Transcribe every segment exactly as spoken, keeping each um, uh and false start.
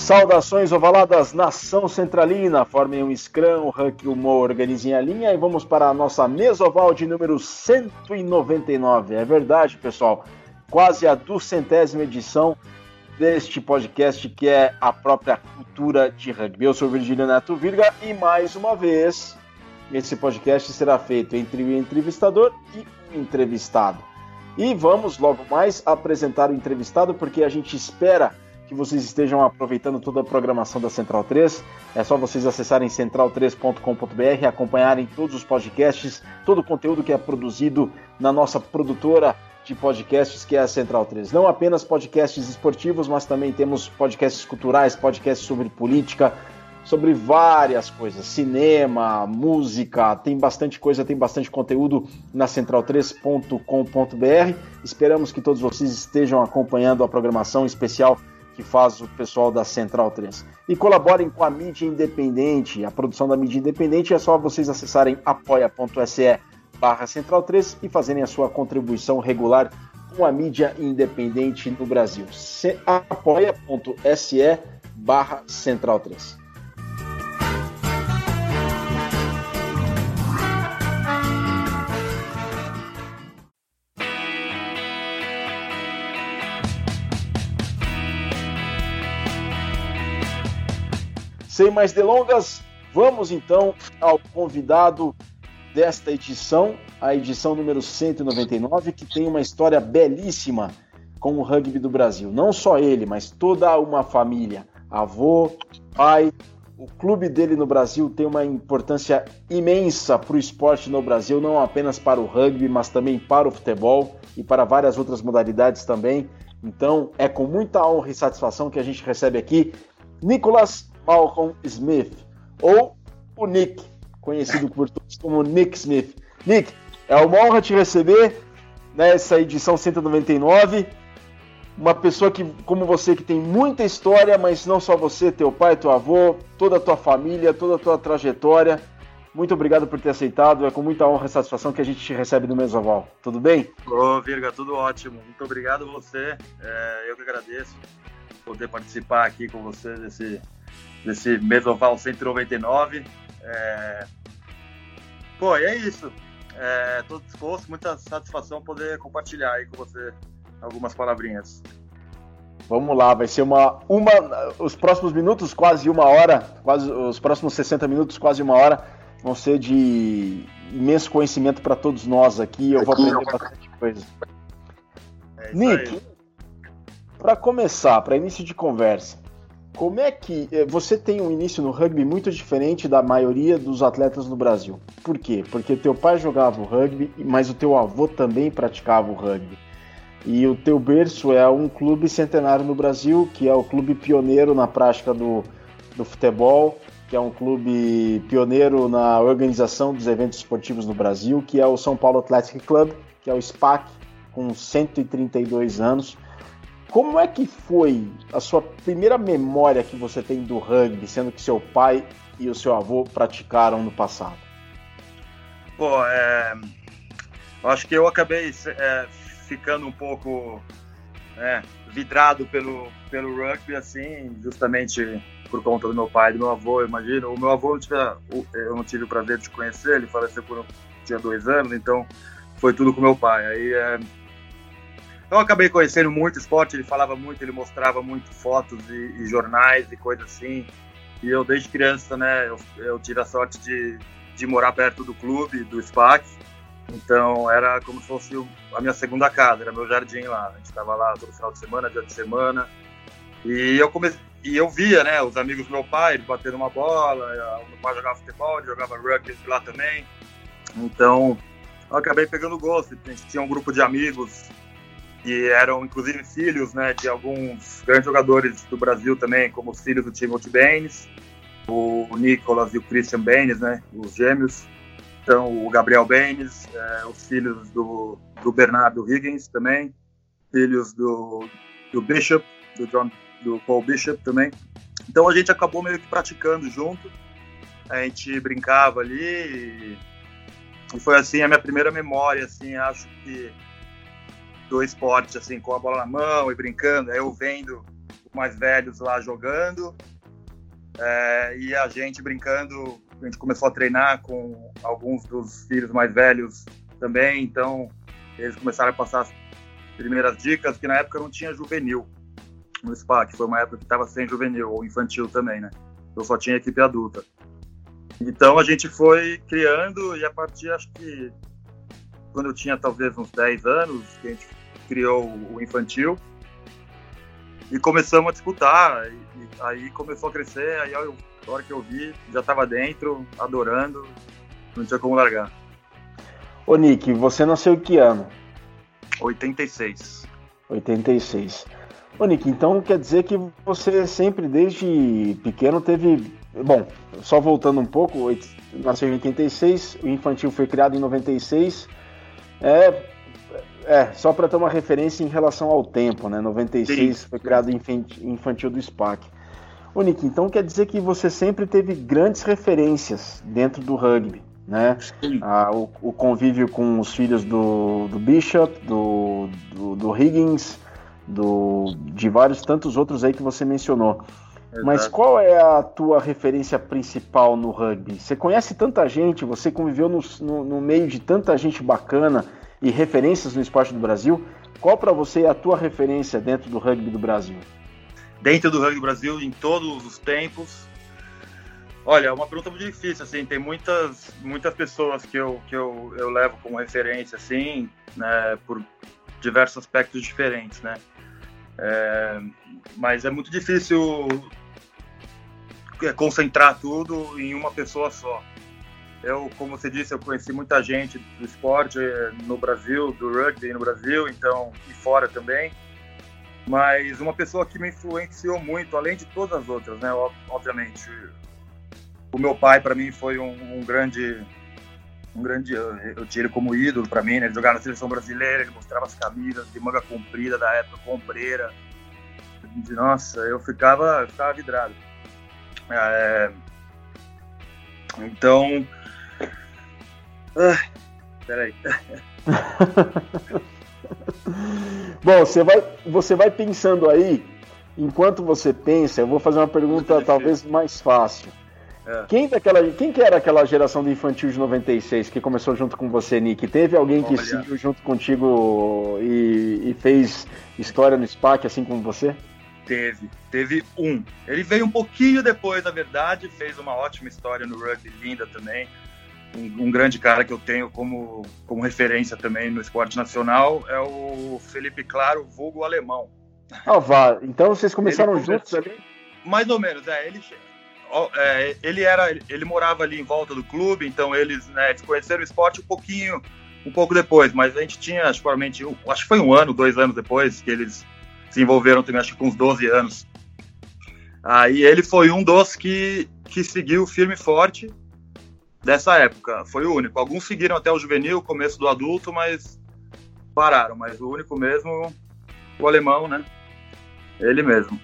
Saudações ovaladas, nação centralina, formem um scrum, o Huck e o Mo organizem a linha e vamos para a nossa mesoval de número cento e noventa e nove. É verdade, pessoal, quase a duzentésima edição deste podcast que é a própria cultura de rugby. Eu sou o Virgílio Neto Virga e mais uma vez esse podcast será feito entre o entrevistador e o entrevistado. E vamos logo mais apresentar o entrevistado porque a gente espera que vocês estejam aproveitando toda a programação da Central três. É só vocês acessarem central três ponto com ponto b r e acompanharem todos os podcasts, todo o conteúdo que é produzido na nossa produtora de podcasts, que é a Central três. Não apenas podcasts esportivos, mas também temos podcasts culturais, podcasts sobre política, sobre várias coisas, cinema, música, tem bastante coisa, tem bastante conteúdo na central três ponto com ponto b r. Esperamos que todos vocês estejam acompanhando a programação especial que faz o pessoal da Central três. E colaborem com a mídia independente, a produção da mídia independente. É só vocês acessarem apoia.se barra Central três e fazerem a sua contribuição regular com a mídia independente no Brasil. apoia.se barra Central três. Sem mais delongas, vamos então ao convidado desta edição, a edição número cento e noventa e nove, que tem uma história belíssima com o rugby do Brasil. Não só ele, mas toda uma família, avô, pai. O clube dele no Brasil tem uma importância imensa para o esporte no Brasil, não apenas para o rugby, mas também para o futebol e para várias outras modalidades também. Então, é com muita honra e satisfação que a gente recebe aqui Nicholas Malcolm Smith, ou o Nick, conhecido por todos como Nick Smith. Nick, é uma honra te receber nessa edição cento e noventa e nove, uma pessoa que, como você, que tem muita história, mas não só você, teu pai, teu avô, toda a tua família, toda a tua trajetória. Muito obrigado por ter aceitado, é com muita honra e satisfação que a gente te recebe no Mesoval. Tudo bem? Ô, Virga, tudo ótimo. Muito obrigado a você, é, eu que agradeço poder participar aqui com você desse... desse Mesoval cento e noventa e nove. É... Pô, e é isso. Estou disposto, muita satisfação poder compartilhar aí com você algumas palavrinhas. Vamos lá, vai ser uma, uma... Os próximos minutos, quase uma hora, quase os próximos sessenta minutos, quase uma hora, vão ser de imenso conhecimento para todos nós aqui. Eu vou aprender bastante coisa. É isso. Nick, para começar, para início de conversa, como é que você tem um início no rugby muito diferente da maioria dos atletas no Brasil? Por quê? Porque teu pai jogava o rugby, mas o teu avô também praticava o rugby. E o teu berço é um clube centenário no Brasil, que é o clube pioneiro na prática do, do futebol, que é um clube pioneiro na organização dos eventos esportivos no Brasil, que é o São Paulo Athletic Club, que é o SPAC, com cento e trinta e dois anos. Como é que foi a sua primeira memória que você tem do rugby, sendo que seu pai e o seu avô praticaram no passado? Pô, é... eu acho que eu acabei é, ficando um pouco é, vidrado pelo, pelo rugby, assim, justamente por conta do meu pai e do meu avô, eu imagino. O meu avô, eu, tive, eu não tive o prazer de conhecer, ele faleceu quando eu tinha dois anos, então foi tudo com meu pai. Aí é... Eu acabei conhecendo muito esporte, ele falava muito, ele mostrava muito fotos e, e jornais e coisas assim. E eu, desde criança, né, eu, eu tive a sorte de, de morar perto do clube, do SPAC. Então, era como se fosse a minha segunda casa, era meu jardim lá. A gente estava lá todo final de semana, dia de semana. E eu, comecei, e eu via, né, os amigos do meu pai, ele batendo uma bola, o meu pai jogava futebol, ele jogava rugby lá também. Então, eu acabei pegando gosto. A gente tinha um grupo de amigos que eram inclusive filhos, né, de alguns grandes jogadores do Brasil também, como os filhos do Timothy Baines, o Nicholas e o Christian Baines, né, os gêmeos. Então, o Gabriel Baines, é, os filhos do, do Bernardo Higgins também, filhos do, do Bishop, do, John, do Paul Bishop também. Então, a gente acabou meio que praticando junto, a gente brincava ali e, e foi assim a minha primeira memória, assim, acho que do esporte, assim, com a bola na mão e brincando, aí eu vendo mais velhos lá jogando, é, e a gente brincando. A gente começou a treinar com alguns dos filhos mais velhos também, então eles começaram a passar as primeiras dicas, que na época não tinha juvenil no SPAC, foi uma época que estava sem juvenil, ou infantil também, né? Eu só tinha equipe adulta. Então a gente foi criando, e a partir, acho que quando eu tinha talvez uns dez anos, que a gente criou o infantil, e começamos a disputar, e, e aí começou a crescer, aí eu, a hora que eu vi, já estava dentro, adorando, não tinha como largar. Ô Nick, você nasceu em que ano? oitenta e seis. oitenta e seis. Ô Nick, então quer dizer que você sempre, desde pequeno, teve... Bom, só voltando um pouco, nasceu em oitenta e seis, o infantil foi criado em noventa e seis, é, é só para ter uma referência em relação ao tempo, né? noventa e seis Sim. Foi criado o infantil do SPAC. Ô Nick, então quer dizer que você sempre teve grandes referências dentro do rugby, né? Ah, o, o convívio com os filhos do, do Bishop, do, do, do Higgins, do, de vários tantos outros aí que você mencionou. Exato. Mas qual é a tua referência principal no rugby? Você conhece tanta gente, você conviveu no, no, no meio de tanta gente bacana e referências no esporte do Brasil. Qual para você é a tua referência dentro do rugby do Brasil? Dentro do rugby do Brasil, em todos os tempos? Olha, é uma pergunta muito difícil, assim, tem muitas, muitas pessoas que, eu, que eu, eu levo como referência, assim, né, por diversos aspectos diferentes, né? É, mas é muito difícil concentrar tudo em uma pessoa só. Eu, como você disse, eu conheci muita gente do esporte no Brasil, do rugby no Brasil, então, e fora também. Mas uma pessoa que me influenciou muito, além de todas as outras, né? Obviamente, o meu pai, para mim, foi um, um grande... Um grande, eu tiro como ídolo para mim, né? Ele jogava na seleção brasileira, ele mostrava as camisas de manga comprida da época, compleira. Nossa, eu ficava, eu ficava vidrado. É... Então... Ah, peraí. Bom, você vai, você vai pensando aí, enquanto você pensa, eu vou fazer uma pergunta talvez mais fácil. É. Quem, daquela, quem que era aquela geração do infantil de noventa e seis que começou junto com você, Nick? Teve alguém que Olha. seguiu junto contigo e, e fez história no SPAC assim como você? Teve, teve um. Ele veio um pouquinho depois, na verdade, fez uma ótima história no rugby, linda também. Um, um grande cara que eu tenho como, como referência também no esporte nacional é o Felipe Claro, vulgo alemão. Ah, vá. Então vocês começaram ele juntos ali? Mais ou menos, é. Ele, é, ele, era, ele morava ali em volta do clube, então eles, né, eles conheceram o esporte um pouquinho, um pouco depois, mas a gente tinha, acho, provavelmente, acho que foi um ano, dois anos depois que eles se envolveram também, acho que com uns doze anos. Aí ele foi um dos que, que seguiu firme e forte dessa época, foi o único. Alguns seguiram até o juvenil, começo do adulto, mas pararam. Mas o único mesmo, o alemão, né? Ele mesmo.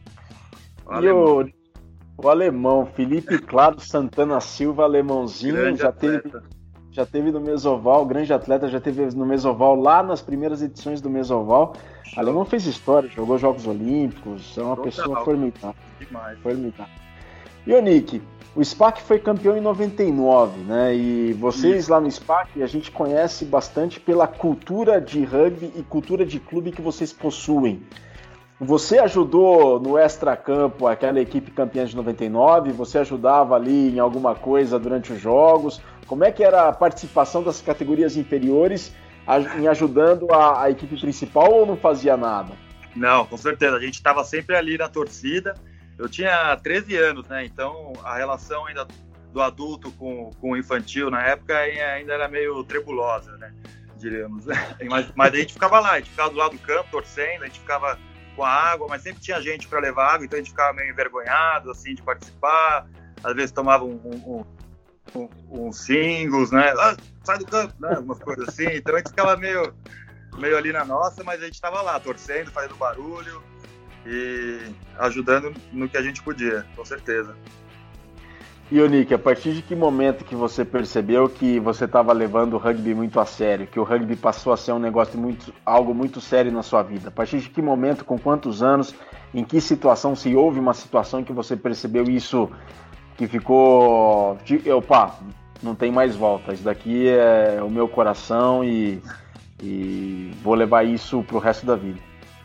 O e alemão. O, o alemão, Felipe Claro Santana Silva, alemãozinho, grande já atleta. teve, já teve no Mesoval, grande atleta, já teve no Mesoval, lá nas primeiras edições do Mesoval. O alemão fez história, jogou Jogos Olímpicos, é uma Total. pessoa formidável. Demais. formidável. E o Nick, o SPAC foi campeão em noventa e nove, né? E vocês Isso. lá no SPAC, a gente conhece bastante pela cultura de rugby e cultura de clube que vocês possuem. Você ajudou no extracampo aquela equipe campeã de noventa e nove? Você ajudava ali em alguma coisa durante os jogos? Como é que era a participação das categorias inferiores em ajudando a, a equipe principal ou não fazia nada? Não, com certeza. A gente estava sempre ali na torcida. Eu tinha treze anos, né? Então a relação ainda do adulto com, com o infantil na época ainda era meio trebulosa, né? Diríamos. Mas, mas a gente ficava lá, a gente ficava do lado do campo torcendo, a gente ficava com a água, mas sempre tinha gente para levar água, então a gente ficava meio envergonhado assim de participar. Às vezes tomava um, um, um, um singles, né? Ah, sai do campo, né? Algumas coisas assim. Então a gente ficava meio, meio ali na nossa, mas a gente estava lá torcendo, fazendo barulho e ajudando no que a gente podia, com certeza. E o Nick, a partir de que momento que você percebeu que você estava levando o rugby muito a sério, que o rugby passou a ser um negócio muito, algo muito sério na sua vida? A partir de que momento, com quantos anos, em que situação, se houve uma situação que você percebeu isso, que ficou, opa, não tem mais volta, isso daqui é o meu coração e, e vou levar isso pro resto da vida?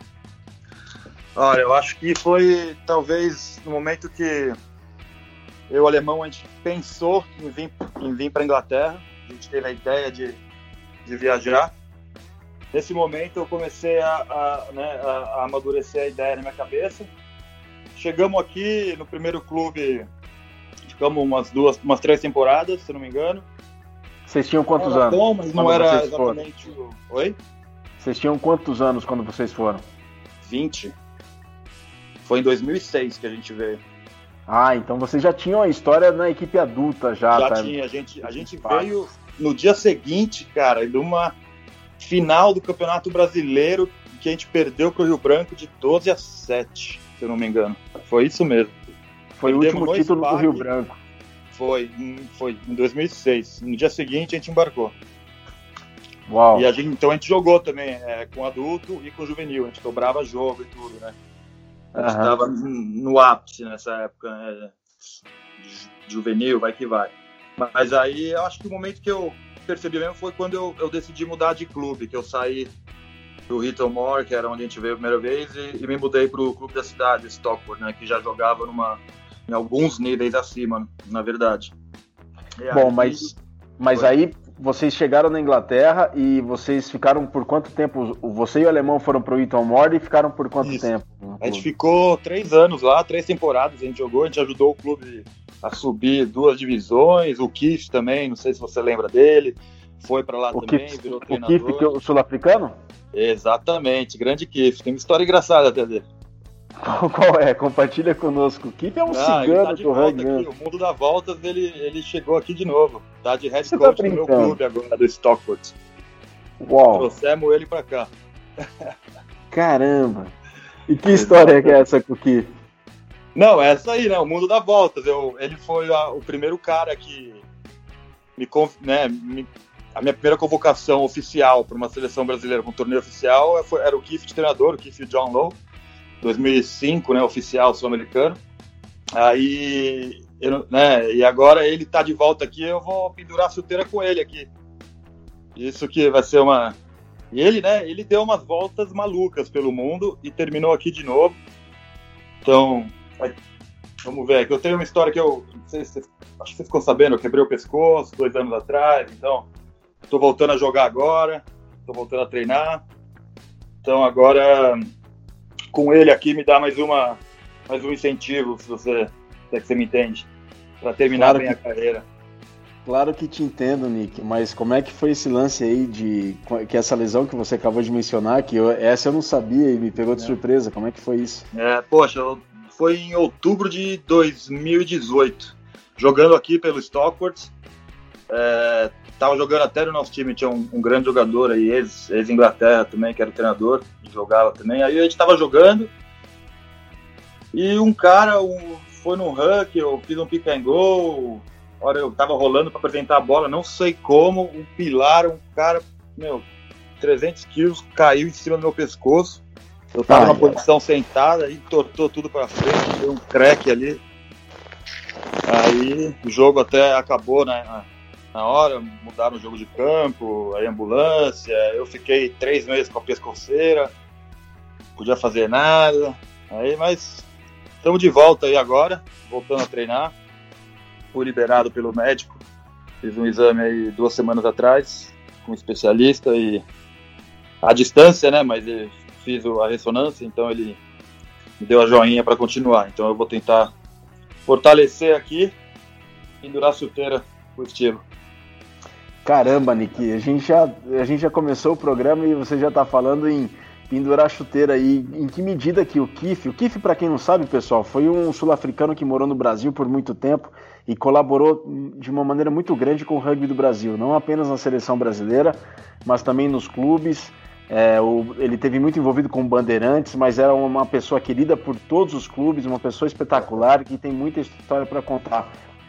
Olha, eu acho que foi talvez no momento que eu e o alemão, a gente pensou em vir, em vir para a Inglaterra, a gente teve a ideia de, de viajar. Nesse momento eu comecei a, a, né, a, a amadurecer a ideia na minha cabeça. Chegamos aqui no primeiro clube, ficamos umas duas, umas três temporadas, se não me engano. Vocês tinham quantos era anos? Bom, mas não era exatamente o... Oi? Vocês tinham quantos anos quando vocês foram? vinte. Foi em dois mil e seis que a gente veio. Ah, então vocês já tinham a história na equipe adulta já. Já tá? tinha, a gente, a gente veio no dia seguinte, cara, de uma final do Campeonato Brasileiro que a gente perdeu pro Rio Branco de doze a sete, se eu não me engano. Foi isso mesmo. Foi Perdemos o último título do Rio Branco. Foi, foi em dois mil e seis. No dia seguinte a gente embarcou. Uau. E a gente, então a gente jogou também é, com adulto e com juvenil, a gente dobrava jogo e tudo, né? A gente estava uhum. no ápice nessa época, né? Juvenil, vai que vai. Mas aí eu acho que o momento que eu percebi mesmo foi quando eu, eu decidi mudar de clube, que eu saí do Heaton Moor, que era onde a gente veio a primeira vez, e, e me mudei para o clube da cidade, Stockport, né? Que já jogava numa, em alguns níveis acima, na verdade. E Bom, aí, mas, mas aí vocês chegaram na Inglaterra e vocês ficaram por quanto tempo? Você e o alemão foram para o Heaton Moor e ficaram por quanto Isso. tempo? A gente ficou três anos lá, três temporadas a gente jogou, a gente ajudou o clube a subir duas divisões, o Keith também, não sei se você lembra dele, foi para lá o também, Keith, virou o treinador. O Keith, o sul-africano? Exatamente, grande Keith, tem uma história engraçada até dele. Qual é? Compartilha conosco. O Keith é um ah, cigano tá do rugby. O mundo dá voltas, ele, ele chegou aqui de novo, tá de head coach tá no meu clube agora, do Stockport. Uau. Trouxemos ele para cá. Caramba! E que história é essa com o Keith? Não, essa aí, né? O mundo dá voltas. Eu, ele foi a, o primeiro cara que me, né, me, a minha primeira convocação oficial para uma seleção brasileira, para um torneio oficial, foi, era o Keith de treinador, o Keith John Lowe, dois mil e cinco, né? Oficial sul-americano. Aí, eu, né? E agora ele tá de volta aqui, eu vou pendurar a chuteira com ele aqui. Isso que vai ser uma. E ele, né? Ele deu umas voltas malucas pelo mundo e terminou aqui de novo. Então, vamos ver. Eu tenho uma história que eu, não sei se, acho que você ficou sabendo, eu quebrei o pescoço dois anos atrás, então tô voltando a jogar agora, tô voltando a treinar. Então agora, com ele aqui, me dá mais uma, mais um incentivo, se você, se é que você me entende, para terminar claro bem que... a carreira. Claro que te entendo, Nick, mas como é que foi esse lance aí de que essa lesão que você acabou de mencionar, que eu, essa eu não sabia e me pegou de é. surpresa, como é que foi isso? É, poxa, foi em outubro de dois mil e dezoito, jogando aqui pelo Stockport, é, tava jogando até no nosso time, tinha um, um grande jogador aí, ex, ex-Inglaterra também, que era o treinador, jogava também, aí a gente tava jogando e um cara um, foi no rank, eu fiz um pick and go. Hora eu tava rolando para apresentar a bola, não sei como, um pilar, um cara, meu, trezentos quilos, caiu em cima do meu pescoço. Eu tava numa posição sentada, aí tortou tudo para frente, deu um crack ali. Aí o jogo até acabou, né, na, na hora, mudaram o jogo de campo, aí ambulância, eu fiquei três meses com a pescoceira, não podia fazer nada, aí, mas estamos de volta aí agora, voltando a treinar. Fui liberado pelo médico, fiz um exame aí duas semanas atrás com um especialista e à distância, né, mas fiz a ressonância, então ele me deu a joinha para continuar, então eu vou tentar fortalecer aqui e pendurar a chuteira pro estilo. Caramba, Nick, a gente já, a gente já começou o programa e você já tá falando em pendurar a chuteira aí. Em que medida que o Keith, o Keith, para quem não sabe, pessoal, foi um sul-africano que morou no Brasil por muito tempo e colaborou de uma maneira muito grande com o rugby do Brasil, não apenas na seleção brasileira, mas também nos clubes. É, o, ele teve muito envolvido com Bandeirantes, mas era uma pessoa querida por todos os clubes, uma pessoa espetacular que tem muita história para contar.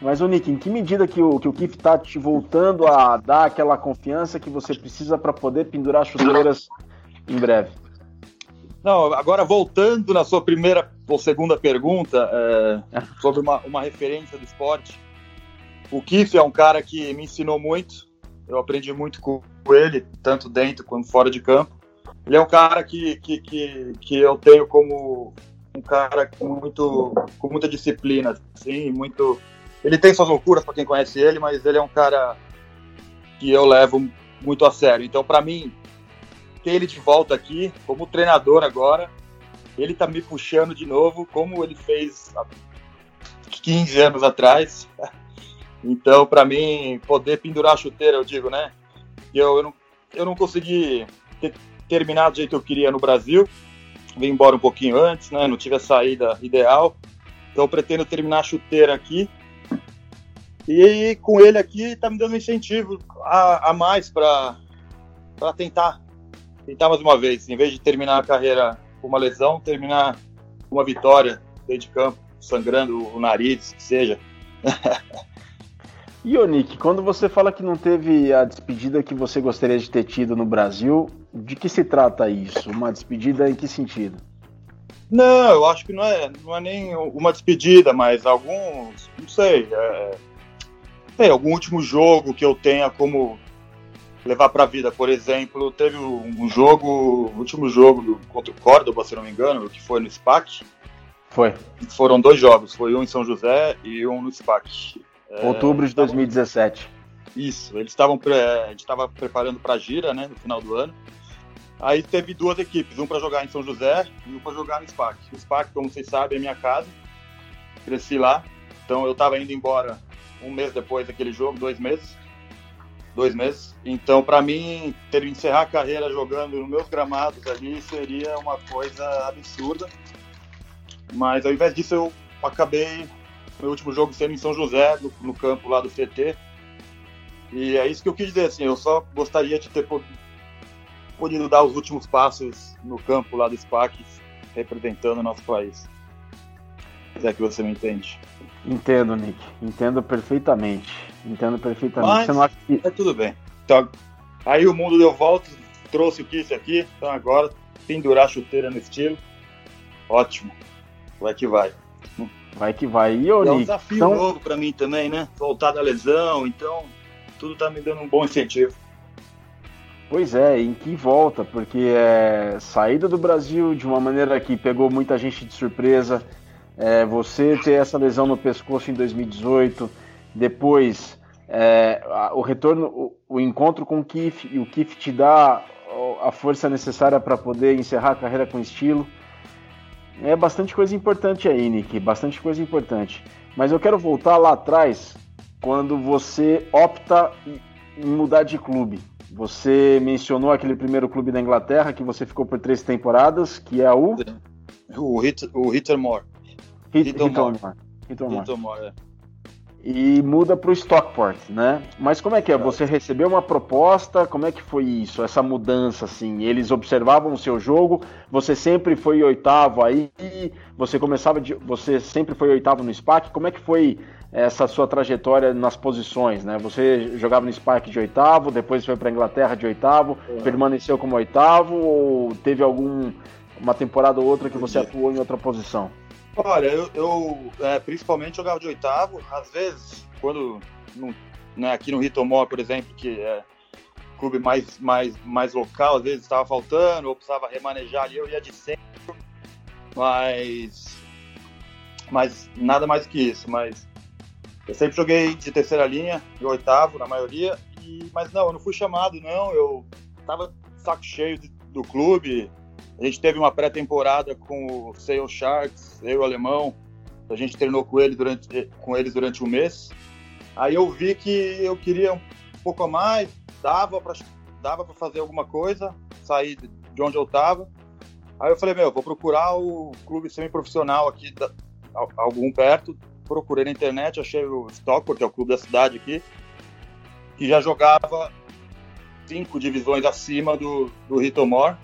Mas, ô Nick, em que medida que o, que o Keith tá te voltando a dar aquela confiança que você precisa para poder pendurar chuteiras em breve? Não, agora voltando na sua primeira ou segunda pergunta, é, sobre uma, uma referência do esporte, o Keith é um cara que me ensinou muito, eu aprendi muito com ele, tanto dentro quanto fora de campo. Ele é um cara que, que, que, que eu tenho como um cara com, muito, com muita disciplina, assim, muito... Ele tem suas loucuras para quem conhece ele, mas ele é um cara que eu levo muito a sério. Então, para mim, ter ele de volta aqui, como treinador agora, ele tá me puxando de novo, como ele fez há quinze anos atrás. Então, para mim, poder pendurar a chuteira, eu digo, né? Eu, eu, não, eu não consegui ter, terminar do jeito que eu queria no Brasil. Vim embora um pouquinho antes, né? Não tive a saída ideal. Então, eu pretendo terminar a chuteira aqui. E com ele aqui, tá me dando um incentivo a, a mais para tentar. Tentar mais uma vez. Em vez de terminar a carreira com uma lesão, terminar com uma vitória dentro de campo, sangrando o nariz, que seja. E, ô Nick, quando você fala que não teve a despedida que você gostaria de ter tido no Brasil, de que se trata isso? Uma despedida em que sentido? Não, eu acho que não é, não é nem uma despedida, mas alguns, não sei, é, tem algum último jogo que eu tenha como levar para a vida. Por exemplo, teve um jogo, o último jogo do, contra o Córdoba, se não me engano, que foi no SPAC. Foi. Foram dois jogos, foi um em São José e um no SPAC. Outubro de dois mil e dezessete. Isso, eles estavam a gente estava preparando para a gira, né, no final do ano. Aí teve duas equipes, um para jogar em São José e um para jogar no SPAC. O SPAC, como vocês sabem, é minha casa. Cresci lá, então eu estava indo embora um mês depois daquele jogo, dois meses. Dois meses. Então, para mim, ter encerrar a carreira jogando nos meus gramados ali seria uma coisa absurda. Mas ao invés disso, eu acabei meu último jogo sendo em São José, no, no campo lá do C T. E é isso que eu quis dizer, assim, eu só gostaria de ter podido dar os últimos passos no campo lá do SPAC, representando o nosso país. Se é que você me entende. Entendo, Nick. Entendo perfeitamente. Entendo perfeitamente. Mas, você não acha que... é tudo bem. Então, aí o mundo deu volta, trouxe o Kiss aqui, então agora pendurar a chuteira no estilo. Ótimo. Vai que vai. Vai que vai. E, ô, é um Nick, desafio então... novo pra mim também, né? Voltar da lesão, então tudo tá me dando um bom incentivo. Pois é, em que volta? Porque é saída do Brasil de uma maneira que pegou muita gente de surpresa. É, você ter essa lesão no pescoço em dois mil e dezoito, depois é, o retorno, o, o encontro com o Keith, e o Keith te dá a força necessária para poder encerrar a carreira com estilo. É bastante coisa importante aí, Nick, bastante coisa importante. Mas eu quero voltar lá atrás, quando você opta em mudar de clube. Você mencionou aquele primeiro clube da Inglaterra, que você ficou por três temporadas, que é o... O, Hit, o Hittermore. Hittermore. Hittermore, é. E muda para o Stockport, né? Mas como é que é? Você recebeu uma proposta? Como é que foi isso? Essa mudança, assim? Eles observavam o seu jogo? Você sempre foi oitavo aí? Você começava de... Você sempre foi oitavo no SPAC? Como é que foi essa sua trajetória nas posições, né? Você jogava no SPAC de oitavo, depois foi para a Inglaterra de oitavo, é. Permaneceu como oitavo ou teve algum uma temporada ou outra que você atuou em outra posição? Olha, eu, eu é, principalmente jogava de oitavo, às vezes, quando, no, né, aqui no Hittermore, por exemplo, que é clube mais, mais, mais local, às vezes estava faltando, ou precisava remanejar ali, eu ia de centro, mas, mas nada mais que isso, mas eu sempre joguei de terceira linha, de oitavo, na maioria, e, mas não, eu não fui chamado, não, eu estava saco cheio de, do clube. A gente teve uma pré-temporada com o Sale Sharks, eu e o alemão. A gente treinou com, ele durante, com eles durante um mês. Aí eu vi que eu queria um pouco a mais, dava para dava para fazer alguma coisa, sair de onde eu estava. Aí eu falei, meu, vou procurar o clube semiprofissional aqui, da, algum perto. Procurei na internet, achei o Stockport, que é o clube da cidade aqui, que já jogava cinco divisões acima do, do Hittermore.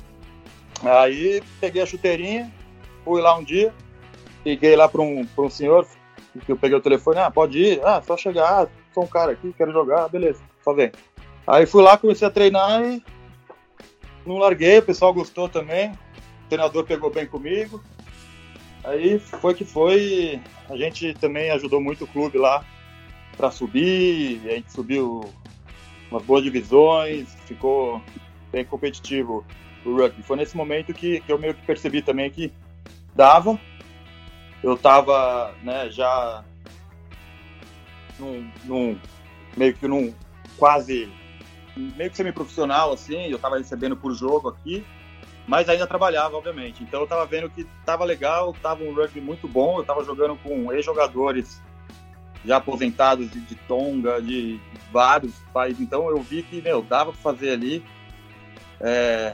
Aí peguei a chuteirinha, fui lá um dia, liguei lá para um, um senhor, que eu peguei o telefone, ah, pode ir, ah, só chegar, ah, sou um cara aqui, quero jogar, beleza, só vem. Aí fui lá, comecei a treinar e não larguei, o pessoal gostou também, o treinador pegou bem comigo. Aí foi que foi, a gente também ajudou muito o clube lá para subir, a gente subiu umas boas divisões, ficou bem competitivo o rugby. Foi nesse momento que, que eu meio que percebi também que dava. Eu tava, né, já num, num, meio que num quase, meio que semi-profissional, assim, eu tava recebendo por jogo aqui, mas ainda trabalhava, obviamente. Então eu tava vendo que tava legal, tava um rugby muito bom, eu tava jogando com ex-jogadores já aposentados de, de Tonga, de, de vários países. Então eu vi que, meu, dava pra fazer ali. É...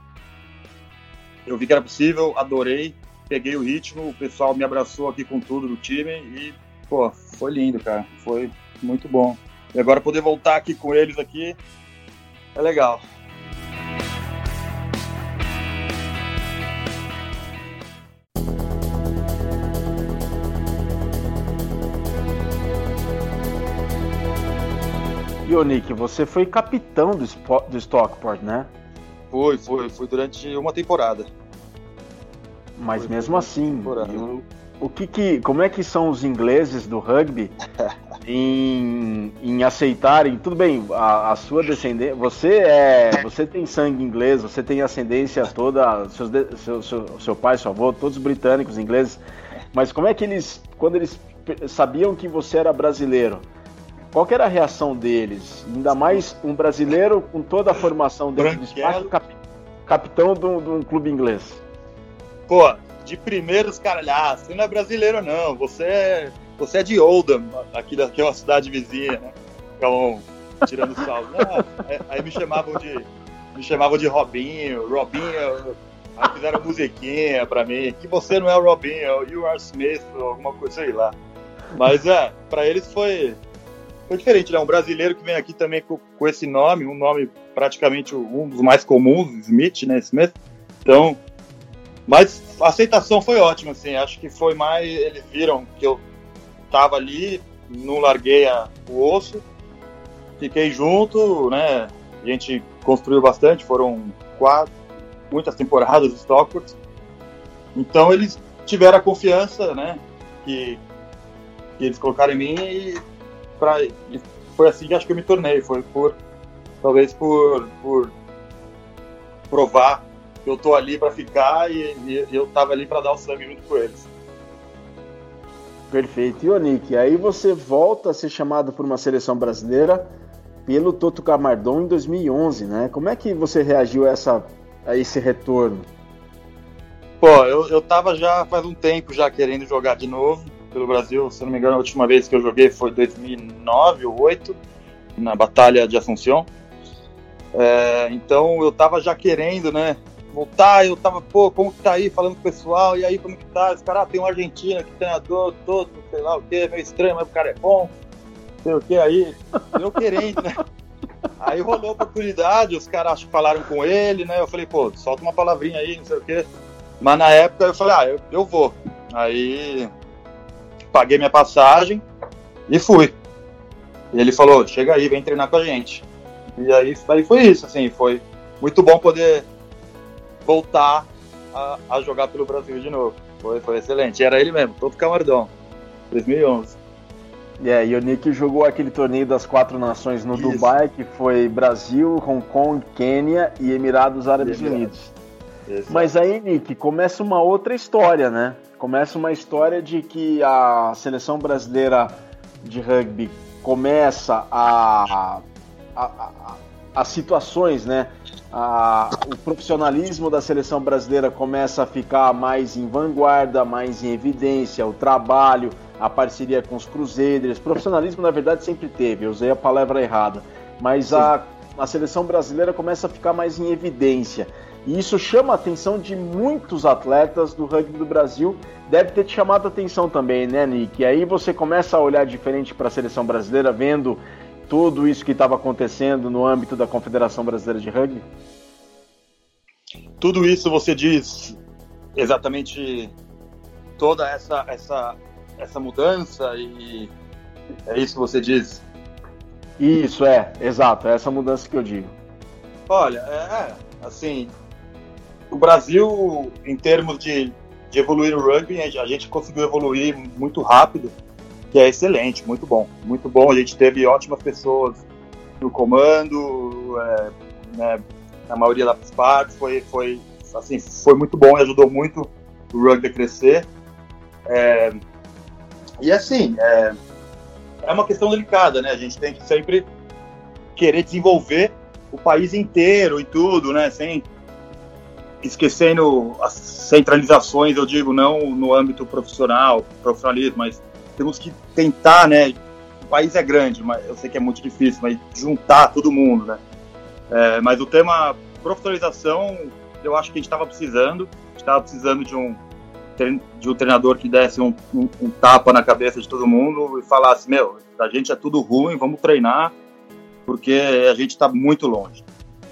Eu vi que era possível, adorei, peguei o ritmo, o pessoal me abraçou aqui com tudo do time e, pô, foi lindo, cara. Foi muito bom. E agora poder voltar aqui com eles aqui é legal. E ô Nick, você foi capitão do, do Stockport, né? Foi, foi, foi durante uma temporada. Mas foi, mesmo foi assim, eu, o que que, como é que são os ingleses do rugby em, em aceitarem? Tudo bem, a, a sua descendência, você é, você tem sangue inglês, você tem ascendência toda, seus, seu, seu, seu pai, seu avô, todos britânicos, ingleses. Mas como é que eles, quando eles sabiam que você era brasileiro? Qual que era a reação deles? Ainda mais um brasileiro com toda a formação dentro do espaço, cap, capitão de um, de um clube inglês. Pô, de primeiro os caras, ah, você não é brasileiro não, você é, você é de Oldham, aqui daquela cidade vizinha, né? Ficavam tirando sal. Aí, aí me chamavam de me chamavam de Robinho, Robinho, aí fizeram musiquinha pra mim, que você não é o Robinho, you are Smith, alguma coisa, sei lá. Mas é, pra eles foi... Foi diferente, né? Um brasileiro que vem aqui também com, com esse nome, um nome praticamente um dos mais comuns, Smith, né? Smith. Então, mas a aceitação foi ótima, assim. Acho que foi mais, eles viram que eu tava ali, não larguei a, o osso, fiquei junto, né? A gente construiu bastante, foram quatro, muitas temporadas do Stockport. Então eles tiveram a confiança, né? Que, que eles colocaram em mim e Pra, foi assim que acho que eu me tornei, foi por talvez por, por provar que eu tô ali para ficar e, e eu tava ali para dar o sangue junto com eles. Perfeito. E o Nick, aí você volta a ser chamado por uma seleção brasileira pelo Toto Camardon em dois mil e onze, né? Como é que você reagiu a, essa, a esse retorno? Pô, eu, eu tava já faz um tempo já querendo jogar de novo pelo Brasil, se não me engano, a última vez que eu joguei foi em dois mil e nove ou dois mil e oito, na Batalha de Assunção. É, então eu tava já querendo, né, voltar, eu tava, pô, como que tá aí, falando com o pessoal, e aí, como que tá? Os caras, ah, tem um argentino aqui, treinador, todo, sei lá o que, meio estranho, mas o cara é bom, sei o que, aí, eu querendo, né. Aí rolou a oportunidade, os caras acho que falaram com ele, né, eu falei, pô, solta uma palavrinha aí, não sei o que. Mas na época eu falei, ah, eu, eu vou. Aí paguei minha passagem e fui. E ele falou, chega aí, vem treinar com a gente. E aí, aí foi isso, assim, foi muito bom poder voltar a, a jogar pelo Brasil de novo. Foi, foi excelente. E era ele mesmo, Toto Camardon, dois mil e onze. É, e o Nick jogou aquele torneio das quatro nações no isso. Dubai, que foi Brasil, Hong Kong, Quênia e Emirados Árabes Unidos. Exato. Mas aí, Nick, começa uma outra história, né? Começa uma história de que a seleção brasileira de rugby começa a... a, a, a situações, né? A, o profissionalismo da seleção brasileira começa a ficar mais em vanguarda, mais em evidência, o trabalho, a parceria com os cruzeiros. Profissionalismo, na verdade, sempre teve, eu usei a palavra errada, mas a, a seleção brasileira começa a ficar mais em evidência. E isso chama a atenção de muitos atletas do rugby do Brasil. Deve ter te chamado a atenção também, né, Nick? E aí você começa a olhar diferente para a seleção brasileira, vendo tudo isso que estava acontecendo no âmbito da Confederação Brasileira de Rugby? Tudo isso você diz exatamente toda essa, essa, essa mudança e é isso que você diz? Isso, é, exato, é essa mudança que eu digo. Olha, é, assim, o Brasil, em termos de, de evoluir no rugby, a gente conseguiu evoluir muito rápido, que é excelente, muito bom, muito bom, a gente teve ótimas pessoas no comando, é, né, na maioria das partes, foi, foi, assim, foi muito bom e ajudou muito o rugby a crescer. É, e assim, é, é uma questão delicada, né? A gente tem que sempre querer desenvolver o país inteiro e tudo, né? Sem esquecendo as centralizações, eu digo, não no âmbito profissional, profissionalismo, mas temos que tentar, né? O país é grande, mas eu sei que é muito difícil, mas juntar todo mundo, né? É, mas o tema profissionalização, eu acho que a gente estava precisando, a gente estava precisando de um de um treinador que desse um, um, um tapa na cabeça de todo mundo e falasse, meu, a gente é tudo ruim, vamos treinar, porque a gente está muito longe.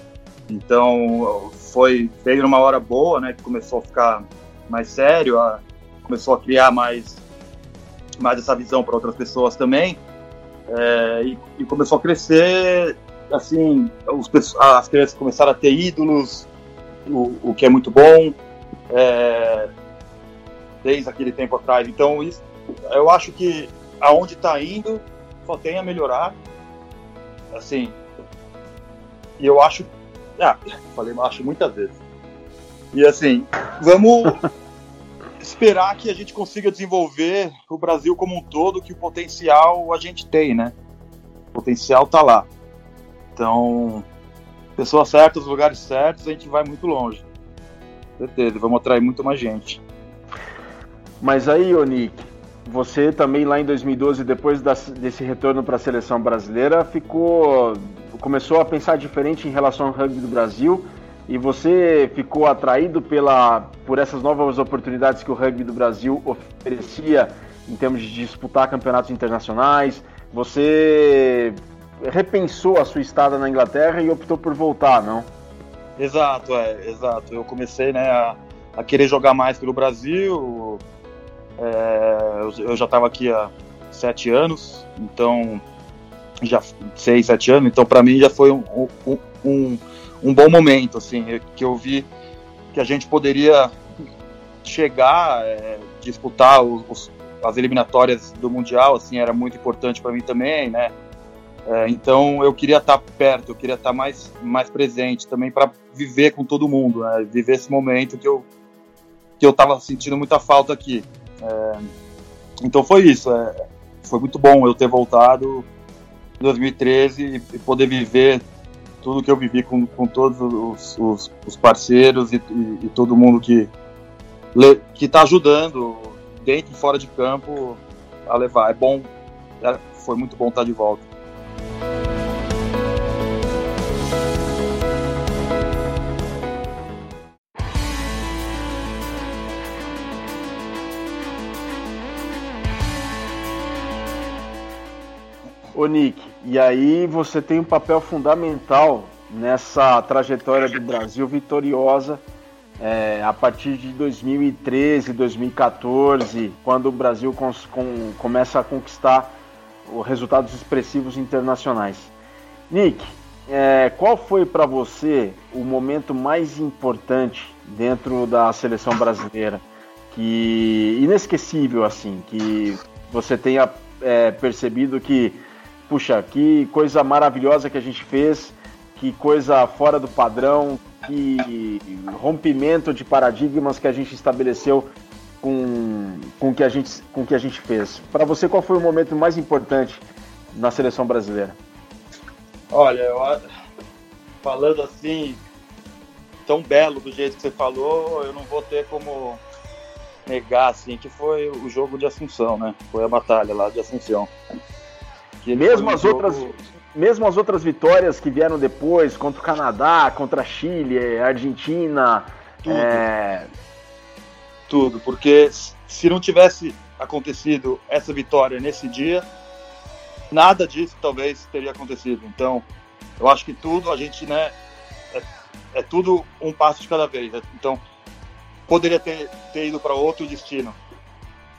Então, foi, veio numa hora boa, né, que começou a ficar mais sério, a, começou a criar mais, mais essa visão para outras pessoas também, é, e, e começou a crescer, assim, os, as crianças começaram a ter ídolos, o, o que é muito bom, é, desde aquele tempo atrás. Então, isso, eu acho que aonde está indo só tem a melhorar. Assim, e eu acho, ah, falei, acho muitas vezes. E assim, vamos esperar que a gente consiga desenvolver o Brasil como um todo, que o potencial a gente tem, né? O potencial tá lá. Então, pessoas certas, lugares certos, a gente vai muito longe. Certeza, vamos atrair muito mais gente. Mas aí, ô Nick, você também lá em dois mil e doze, depois da, desse retorno para a seleção brasileira, ficou, começou a pensar diferente em relação ao rugby do Brasil, e você ficou atraído pela, por essas novas oportunidades que o rugby do Brasil oferecia em termos de disputar campeonatos internacionais. Você repensou a sua estada na Inglaterra e optou por voltar, não? Exato, é, exato. Eu comecei, né, a, a querer jogar mais pelo Brasil. É, eu já estava aqui há sete anos, então já seis, sete anos, então para mim já foi um, um, um, um bom momento, assim, que eu vi que a gente poderia chegar, é, disputar os, as eliminatórias do Mundial, assim, era muito importante para mim também, né? É, então eu queria estar perto, eu queria estar mais, mais presente também para viver com todo mundo, né? Viver esse momento que eu que eu estava sentindo muita falta aqui. É, então foi isso, é, foi muito bom eu ter voltado em dois mil e treze e poder viver tudo que eu vivi com, com todos os, os, os parceiros e, e, e todo mundo que que está ajudando dentro e fora de campo a levar. É bom, é, foi muito bom estar de volta. Ô Nick, e aí você tem um papel fundamental nessa trajetória do Brasil vitoriosa é, a partir de dois mil e treze, dois mil e quatorze, quando o Brasil cons- com, começa a conquistar os resultados expressivos internacionais. Nick, é, qual foi para você o momento mais importante dentro da seleção brasileira, que inesquecível assim, que você tenha é, percebido que puxa, que coisa maravilhosa que a gente fez, que coisa fora do padrão, que rompimento de paradigmas que a gente estabeleceu com com que a gente com que a gente fez. Para você, qual foi o momento mais importante na seleção brasileira? Olha, eu, falando assim, tão belo do jeito que você falou, eu não vou ter como negar assim que foi o jogo de Assunção, né? Foi a batalha lá de Assunção. Mesmo as, jogo... outras, mesmo as outras vitórias que vieram depois, contra o Canadá, contra a Chile, Argentina... Tudo, é... Tudo, porque se não tivesse acontecido essa vitória nesse dia, nada disso talvez teria acontecido. Então, eu acho que tudo, a gente, né, é, é tudo um passo de cada vez. Então, poderia ter, ter ido para outro destino.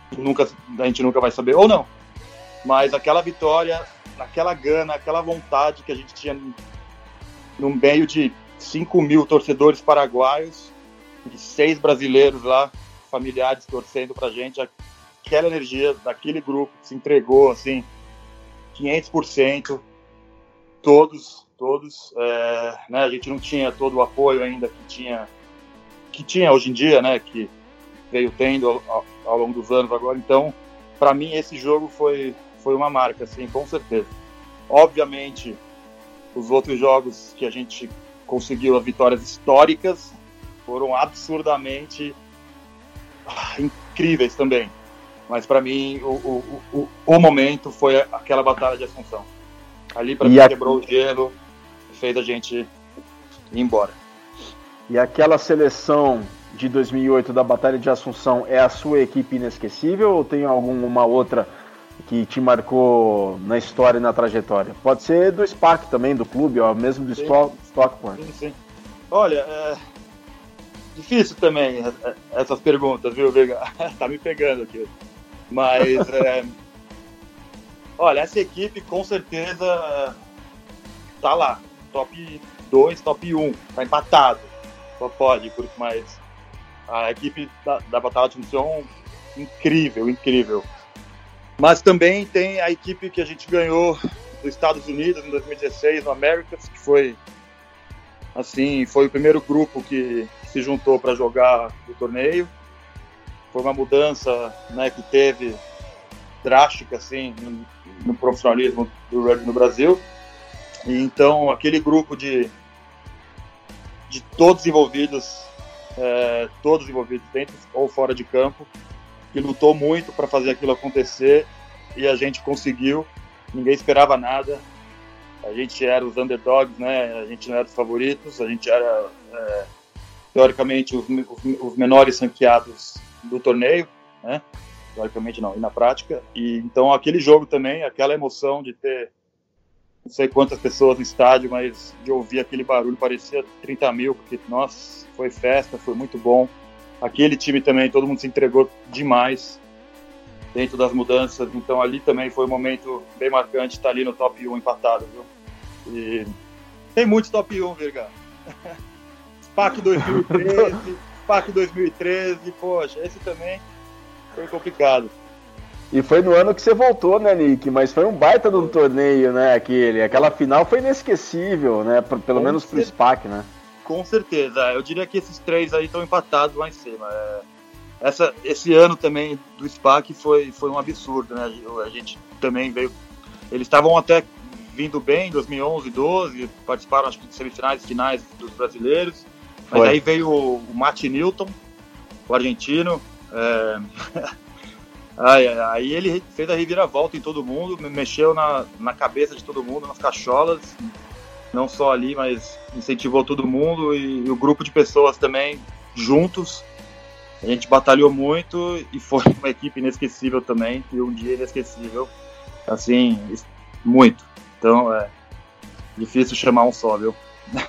nunca, a gente nunca vai saber, ou não. Mas aquela vitória, aquela gana, aquela vontade que a gente tinha no meio de cinco mil torcedores paraguaios e seis brasileiros lá, familiares torcendo pra gente, aquela energia daquele grupo que se entregou, assim, quinhentos por cento, todos, todos, é, né, a gente não tinha todo o apoio ainda que tinha, que tinha hoje em dia, né, que veio tendo ao, ao, ao longo dos anos agora. Então, para mim, esse jogo foi, foi uma marca, assim, com certeza. Obviamente, os outros jogos que a gente conseguiu as vitórias históricas foram absurdamente ah, incríveis também. Mas, para mim, o, o, o, o momento foi aquela batalha de Assunção. Ali, para mim, a... quebrou o gelo e fez a gente ir embora. E aquela seleção de dois mil e oito da Batalha de Assunção é a sua equipe inesquecível ou tem alguma outra que te marcou na história e na trajetória? Pode ser do SPAC também, do clube, ó, mesmo do Stock, Stockport. Sim, sim. Olha, é difícil também essas perguntas, viu, Vega? Tá me pegando aqui. Mas, é... olha, essa equipe com certeza tá lá, top dois, top um, tá empatado, só pode, porque mais a equipe da, da Batalha de Assunção, incrível, incrível. Mas também tem a equipe que a gente ganhou dos Estados Unidos em dois mil e dezesseis, no Americas, que foi, assim, foi o primeiro grupo que se juntou para jogar o torneio. Foi uma mudança, né, que teve drástica, assim, no, no profissionalismo do rugby no Brasil. E então, aquele grupo de, de todos envolvidos, é, todos envolvidos dentro ou fora de campo, que lutou muito para fazer aquilo acontecer, e a gente conseguiu. Ninguém esperava nada. A gente era os underdogs, né? A gente não era os favoritos, a gente era, é, teoricamente, os, os, os menores ranqueados do torneio, né? Teoricamente não, e na prática. E então aquele jogo também, aquela emoção de ter não sei quantas pessoas no estádio, mas de ouvir aquele barulho, parecia trinta mil, porque, nossa, foi festa, foi muito bom. Aquele time também, todo mundo se entregou demais dentro das mudanças, então ali também foi um momento bem marcante estar ali no top um empatado, viu? E tem muitos top um, Virga. SPAC dois mil e treze, SPAC dois mil e treze, poxa, esse também foi complicado. E foi no ano que você voltou, né, Nick? Mas foi um baita de um torneio, né, aquele. Aquela final foi inesquecível, né, pelo Com menos pro SPAC, né? Com certeza, eu diria que esses três aí estão empatados lá em cima. É, essa, esse ano também do SPAC foi, foi um absurdo, né? A gente também veio... Eles estavam até vindo bem em dois mil e onze, doze, participaram acho que de semifinais e finais dos brasileiros, mas foi. Aí veio o, o Matt Newton, o argentino, é... aí, aí ele fez a reviravolta em todo mundo, mexeu na, na cabeça de todo mundo, nas cacholas, não só ali, mas incentivou todo mundo e, e o grupo de pessoas também, juntos. A gente batalhou muito e foi uma equipe inesquecível também, e um dia inesquecível, assim, muito. Então, é difícil chamar um só, viu?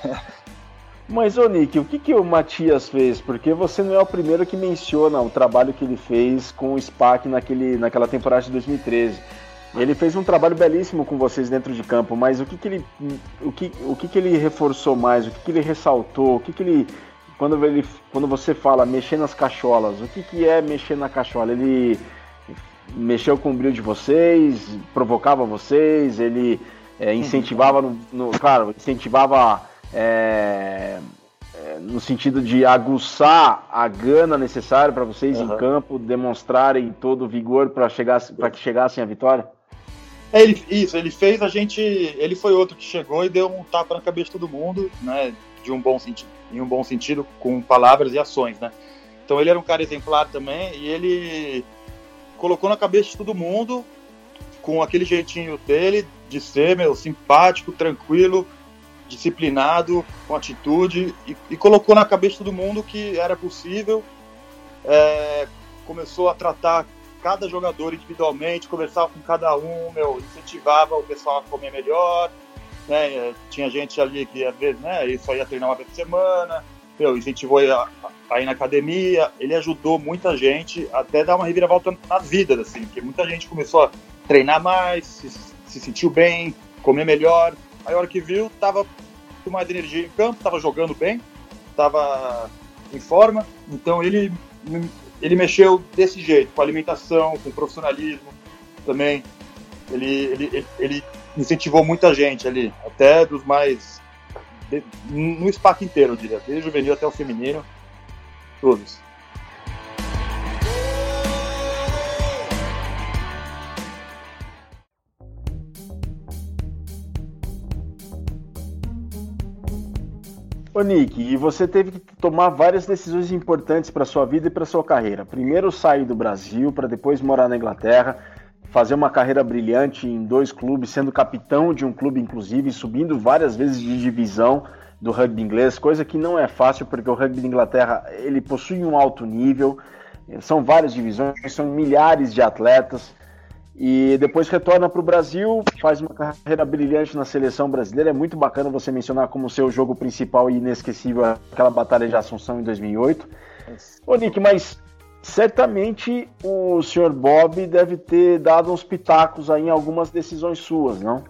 Mas, ô Nick, o que, que o Matias fez? Porque você não é o primeiro que menciona o trabalho que ele fez com o SPAC naquele, naquela temporada de dois mil e treze. Ele fez um trabalho belíssimo com vocês dentro de campo, mas o que, que ele, o que, o que, que ele reforçou mais? O que, que ele ressaltou? O que, que ele, quando ele, quando você fala mexer nas cacholas, o que, que é mexer na cachola? Ele mexeu com o brilho de vocês, provocava vocês, ele é, incentivava, no, no, claro, incentivava é, é, no sentido de aguçar a gana necessária para vocês uhum. em campo demonstrarem todo o vigor para chegar, para que chegassem à vitória? É, ele, isso, ele fez a gente, ele foi outro que chegou e deu um tapa na cabeça de todo mundo, né, de um bom sentido, em um bom sentido, com palavras e ações, né. Então ele era um cara exemplar também e ele colocou na cabeça de todo mundo, com aquele jeitinho dele, de ser, meu, simpático, tranquilo, disciplinado, com atitude, e, e colocou na cabeça de todo mundo que era possível, é, começou a tratar cada jogador individualmente, conversava com cada um, meu, incentivava o pessoal a comer melhor, né, tinha gente ali que às vezes, né, só ia treinar uma vez por semana, meu, incentivou a, a ir na academia, ele ajudou muita gente até dar uma reviravolta nas vidas, assim, porque muita gente começou a treinar mais, se, se sentiu bem, comer melhor, aí a hora que viu, tava com mais energia em campo, tava jogando bem, tava em forma, então ele, ele mexeu desse jeito, com alimentação, com profissionalismo também, ele, ele, ele incentivou muita gente ali, até dos mais... no espaço inteiro, eu diria, desde o juvenil até o feminino, todos. Ô Nick, e você teve que tomar várias decisões importantes para sua vida e para sua carreira. Primeiro sair do Brasil, para depois morar na Inglaterra, fazer uma carreira brilhante em dois clubes, sendo capitão de um clube, inclusive, subindo várias vezes de divisão do rugby inglês, coisa que não é fácil, porque o rugby da Inglaterra ele possui um alto nível, são várias divisões, são milhares de atletas, e depois retorna para o Brasil, faz uma carreira brilhante na seleção brasileira. É muito bacana você mencionar como seu jogo principal e inesquecível aquela batalha de Assunção em dois mil e oito. Ô Nick, mas certamente o senhor Bob deve ter dado uns pitacos aí em algumas decisões suas, não?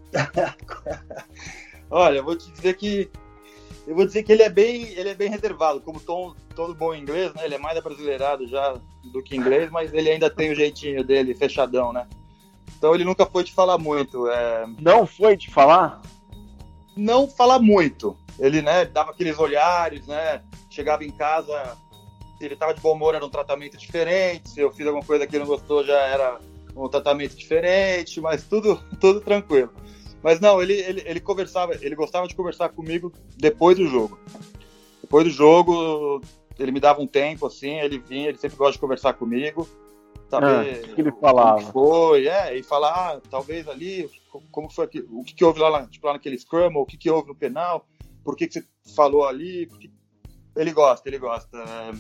Olha, eu vou te dizer que eu vou dizer que ele é bem, ele é bem reservado, como tom, todo bom inglês, né? Ele é mais abrasileirado já do que inglês, mas ele ainda tem o jeitinho dele fechadão, né? Então ele nunca foi de falar muito. É... Não foi de falar? Não falar muito. Ele, né, dava aqueles olhares, né? Chegava em casa, se ele estava de bom humor era um tratamento diferente, se eu fiz alguma coisa que ele não gostou já era um tratamento diferente, mas tudo, tudo tranquilo. Mas não, ele, ele, ele conversava, ele gostava de conversar comigo depois do jogo. Depois do jogo, ele me dava um tempo, assim, ele vinha, ele sempre gosta de conversar comigo, saber ah, que ele falava. Como foi, é, e falar, ah, talvez ali, como foi aqui, o que, que houve lá, tipo, lá naquele scrum, o que, que houve no penal, por que, que você falou ali, porque... ele gosta, ele gosta.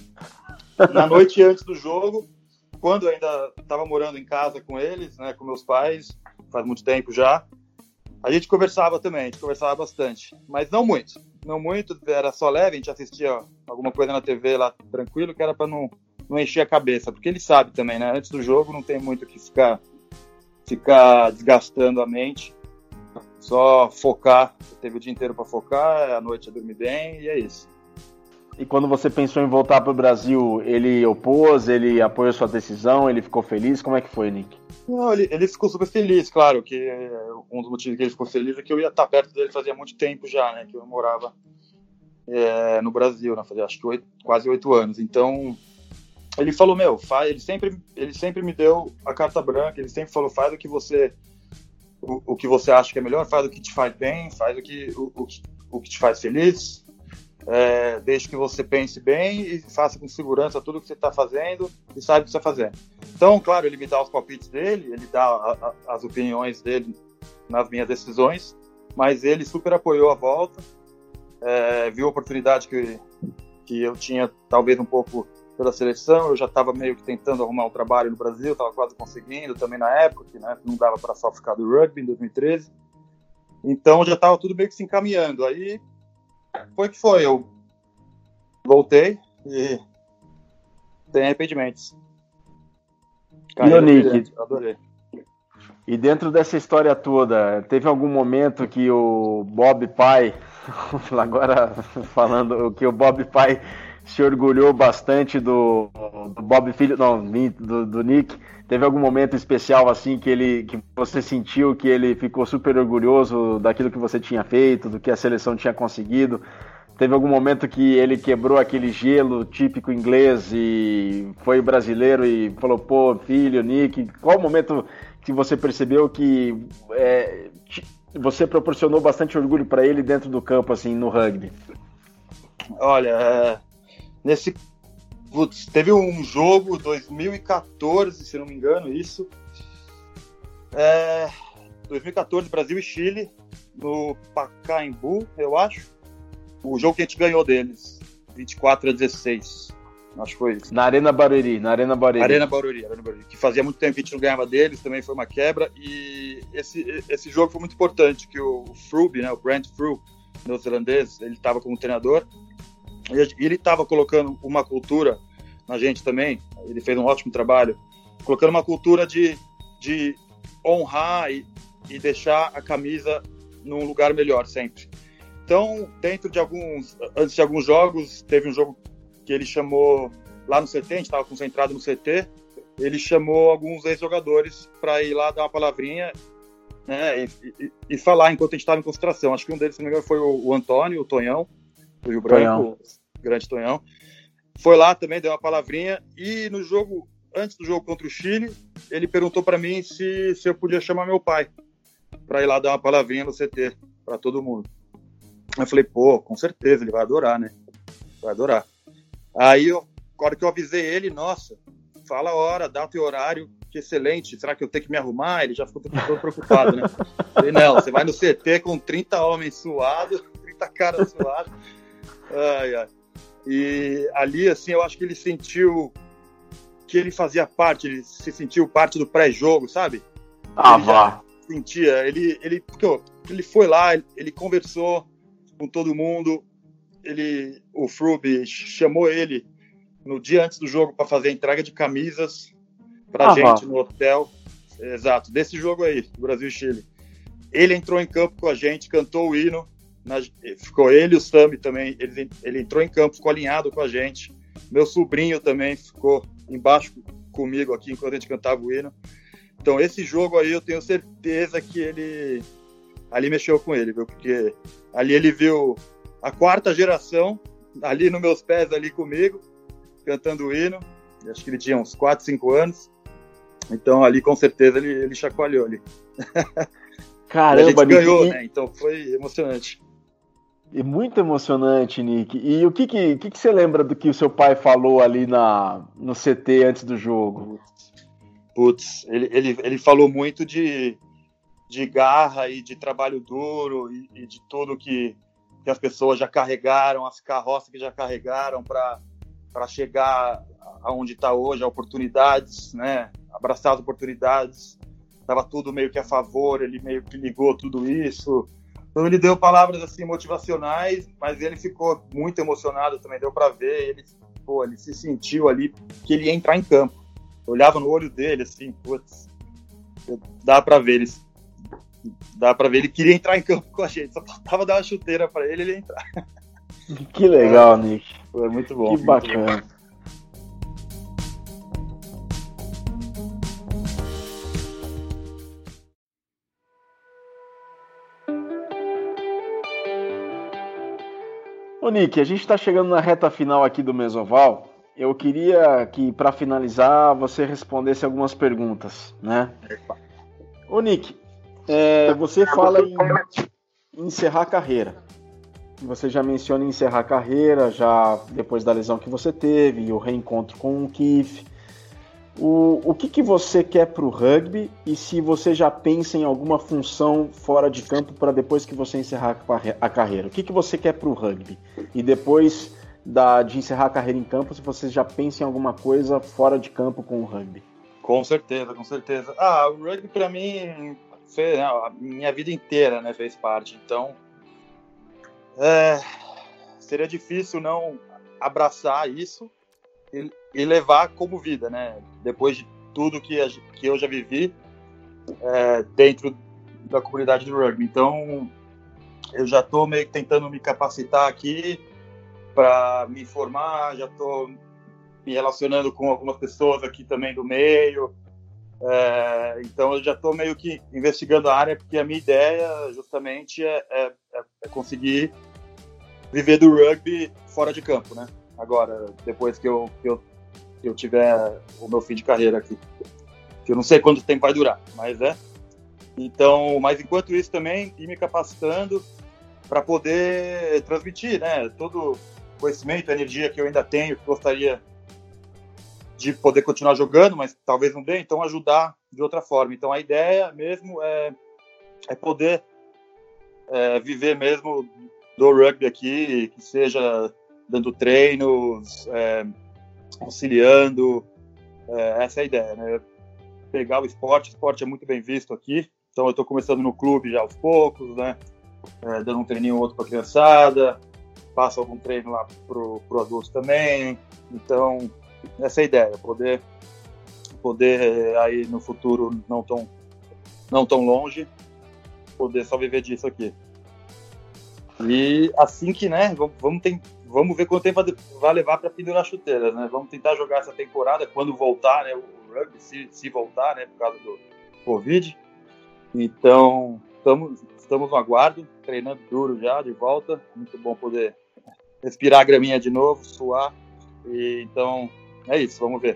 Na noite antes do jogo, quando eu ainda estava morando em casa com eles, né, com meus pais, faz muito tempo já, a gente conversava também, a gente conversava bastante, mas não muito, não muito, era só leve, a gente assistia alguma coisa na T V lá tranquilo, que era para não, não encher a cabeça, porque ele sabe também, né, antes do jogo não tem muito o que ficar, ficar desgastando a mente, só focar, teve o dia inteiro para focar, a noite é dormir bem e é isso. E quando você pensou em voltar para o Brasil, ele opôs, ele apoiou sua decisão, ele ficou feliz? Como é que foi, Nick? Não, ele, ele ficou super feliz, claro, que um dos motivos que ele ficou feliz é que eu ia estar perto dele fazia muito tempo já, né, que eu morava é, no Brasil, né, fazia acho que oito, quase oito anos, então ele falou, meu, faz, ele, sempre, ele sempre me deu a carta branca, ele sempre falou, faz o que você, o, o que você acha que é melhor, faz o que te faz bem, faz o que, o, o, o que te faz feliz, é, desde que você pense bem e faça com segurança tudo o que você está fazendo e sabe o que você está fazendo. Então, claro, ele me dá os palpites dele, ele dá a, a, as opiniões dele nas minhas decisões, mas ele super apoiou a volta, é, viu a oportunidade que, que eu tinha, talvez um pouco pela seleção, eu já estava meio que tentando arrumar um trabalho no Brasil, estava quase conseguindo também na época, que né, não dava para só ficar do rugby em dois mil e treze, então já estava tudo meio que se encaminhando, aí foi que foi, eu voltei e sem arrependimentos. E o Nick, adorei. E dentro dessa história toda, teve algum momento que o Bob pai, agora falando que o Bob pai se orgulhou bastante do, do Bob filho, não, do, do Nick, teve algum momento especial assim que ele, que você sentiu que ele ficou super orgulhoso daquilo que você tinha feito, do que a seleção tinha conseguido? Teve algum momento que ele quebrou aquele gelo típico inglês e foi brasileiro e falou, pô, filho, Nick, qual o momento que você percebeu que é, você proporcionou bastante orgulho para ele dentro do campo, assim, no rugby? Olha, é, nesse putz, teve um jogo dois mil e quatorze, se não me engano, isso, é, dois mil e quatorze, Brasil e Chile, no Pacaembu, eu acho. O jogo que a gente ganhou deles, vinte e quatro a dezesseis, acho que foi isso. Na Arena Barueri, na Arena Barueri. Arena Barueri, Arena Barueri, que fazia muito tempo que a gente não ganhava deles, também foi uma quebra, e esse, esse jogo foi muito importante, que o Frube, né, o Brent Frube, neozelandês, ele estava como treinador, E ele estava colocando uma cultura na gente também, ele fez um ótimo trabalho, colocando uma cultura de, de honrar e, e deixar a camisa num lugar melhor sempre. Então, dentro de alguns, antes de alguns jogos, teve um jogo que ele chamou lá no C T, a gente estava concentrado no C T, ele chamou alguns ex-jogadores para ir lá dar uma palavrinha, né, e, e, e falar enquanto a gente estava em concentração. Acho que um deles, se não me engano, foi o, o Antônio, o Tonhão, do Rio Branco, o grande Tonhão. Foi lá também, deu uma palavrinha, e no jogo, antes do jogo contra o Chile, ele perguntou para mim se, se eu podia chamar meu pai para ir lá dar uma palavrinha no C T, para todo mundo. Eu falei, pô, com certeza, ele vai adorar, né? Vai adorar. Aí, eu, na hora que eu avisei ele, nossa, fala a hora, data e horário, que excelente, será que eu tenho que me arrumar? Ele já ficou todo preocupado, né? Falei, não, você vai no C T com trinta homens suados, trinta caras suados. Ai, ai. E ali, assim, eu acho que ele sentiu que ele fazia parte, ele se sentiu parte do pré-jogo, sabe? Ah, ele vá. Sentia, ele, ele, porque, ó, ele foi lá, ele, ele conversou com todo mundo, ele, o Frube chamou ele no dia antes do jogo para fazer a entrega de camisas pra ah, gente vá. no hotel, exato, desse jogo aí, Brasil e Chile. Ele entrou em campo com a gente, cantou o hino, na, ficou ele e o Sami também, ele, ele entrou em campo, ficou alinhado com a gente, meu sobrinho também ficou embaixo comigo aqui enquanto a gente cantava o hino. Então esse jogo aí eu tenho certeza que ele ali mexeu com ele, viu? Porque ali ele viu a quarta geração ali nos meus pés ali comigo, cantando o hino. Acho que ele tinha uns quatro, cinco anos. Então ali com certeza ele, ele chacoalhou ali. Caramba, a gente ganhou, Nick, né? Então foi emocionante. E muito emocionante, Nick. E o que que, que que você lembra do que o seu pai falou ali na, no C T antes do jogo? Putz, ele, ele, ele falou muito de, de garra e de trabalho duro e, e de tudo que, que as pessoas já carregaram, as carroças que já carregaram para chegar aonde está hoje, a oportunidades, né? Abraçar as oportunidades. Estava tudo meio que a favor, ele meio que ligou tudo isso. Então ele deu palavras assim motivacionais, mas ele ficou muito emocionado também, deu para ver, ele, pô, ele se sentiu ali que ele ia entrar em campo. Eu olhava no olho dele assim, putz, dá para ver, ele, dá para ver, ele queria entrar em campo com a gente, só faltava dar uma chuteira para ele e ele ia entrar. Que legal, é, Nick. Foi muito bom. Que muito bacana. Bom. Ô Nick, a gente está chegando na reta final aqui do Mesoval. Eu queria que, para finalizar, você respondesse algumas perguntas, né? Ô Nick, é, você fala em encerrar a carreira. Você já menciona em encerrar a carreira, já depois da lesão que você teve, e o reencontro com o Keith. O, o que, que você quer para o rugby e se você já pensa em alguma função fora de campo para depois que você encerrar a carreira? O que, que você quer para o rugby? E depois da, de encerrar a carreira em campo, se você já pensa em alguma coisa fora de campo com o rugby? Com certeza, com certeza. Ah, o rugby para mim fez, não, a minha vida inteira, né, fez parte. Então, é, seria difícil não abraçar isso e, e levar como vida, né? Depois de tudo que, a, que eu já vivi é, dentro da comunidade do rugby. Então, eu já estou meio que tentando me capacitar aqui para me formar, já estou me relacionando com algumas pessoas aqui também do meio. É, então, eu já estou meio que investigando a área, porque a minha ideia justamente é, é, é conseguir viver do rugby fora de campo, né? Agora, depois que eu, que eu, que eu tiver o meu fim de carreira aqui. Que eu não sei quanto tempo vai durar, mas é. Então, mas enquanto isso também, ir me capacitando para poder transmitir, né? Todo o conhecimento, a energia que eu ainda tenho, que gostaria de poder continuar jogando, mas talvez não dê, então ajudar de outra forma. Então a ideia mesmo é, é poder é, viver mesmo do rugby aqui, que seja dando treinos, é, auxiliando, é, essa é a ideia, né? Pegar o esporte, o esporte é muito bem visto aqui, então eu estou começando no clube já aos poucos, né? É, dando um treininho ou outro para a criançada, passo algum treino lá pro, pro adulto também. Então, essa é a ideia, poder, poder aí no futuro não tão, não tão longe, poder só viver disso aqui. E assim que, né, vamos, vamos, ter, vamos ver quanto tempo vai levar para pendurar chuteiras, né? Vamos tentar jogar essa temporada quando voltar, né, o rugby, se, se voltar, né, por causa do Covid. Então, estamos, estamos no aguardo, treinando duro já, de volta. Muito bom poder respirar a graminha de novo, suar. E, então, é isso, vamos ver.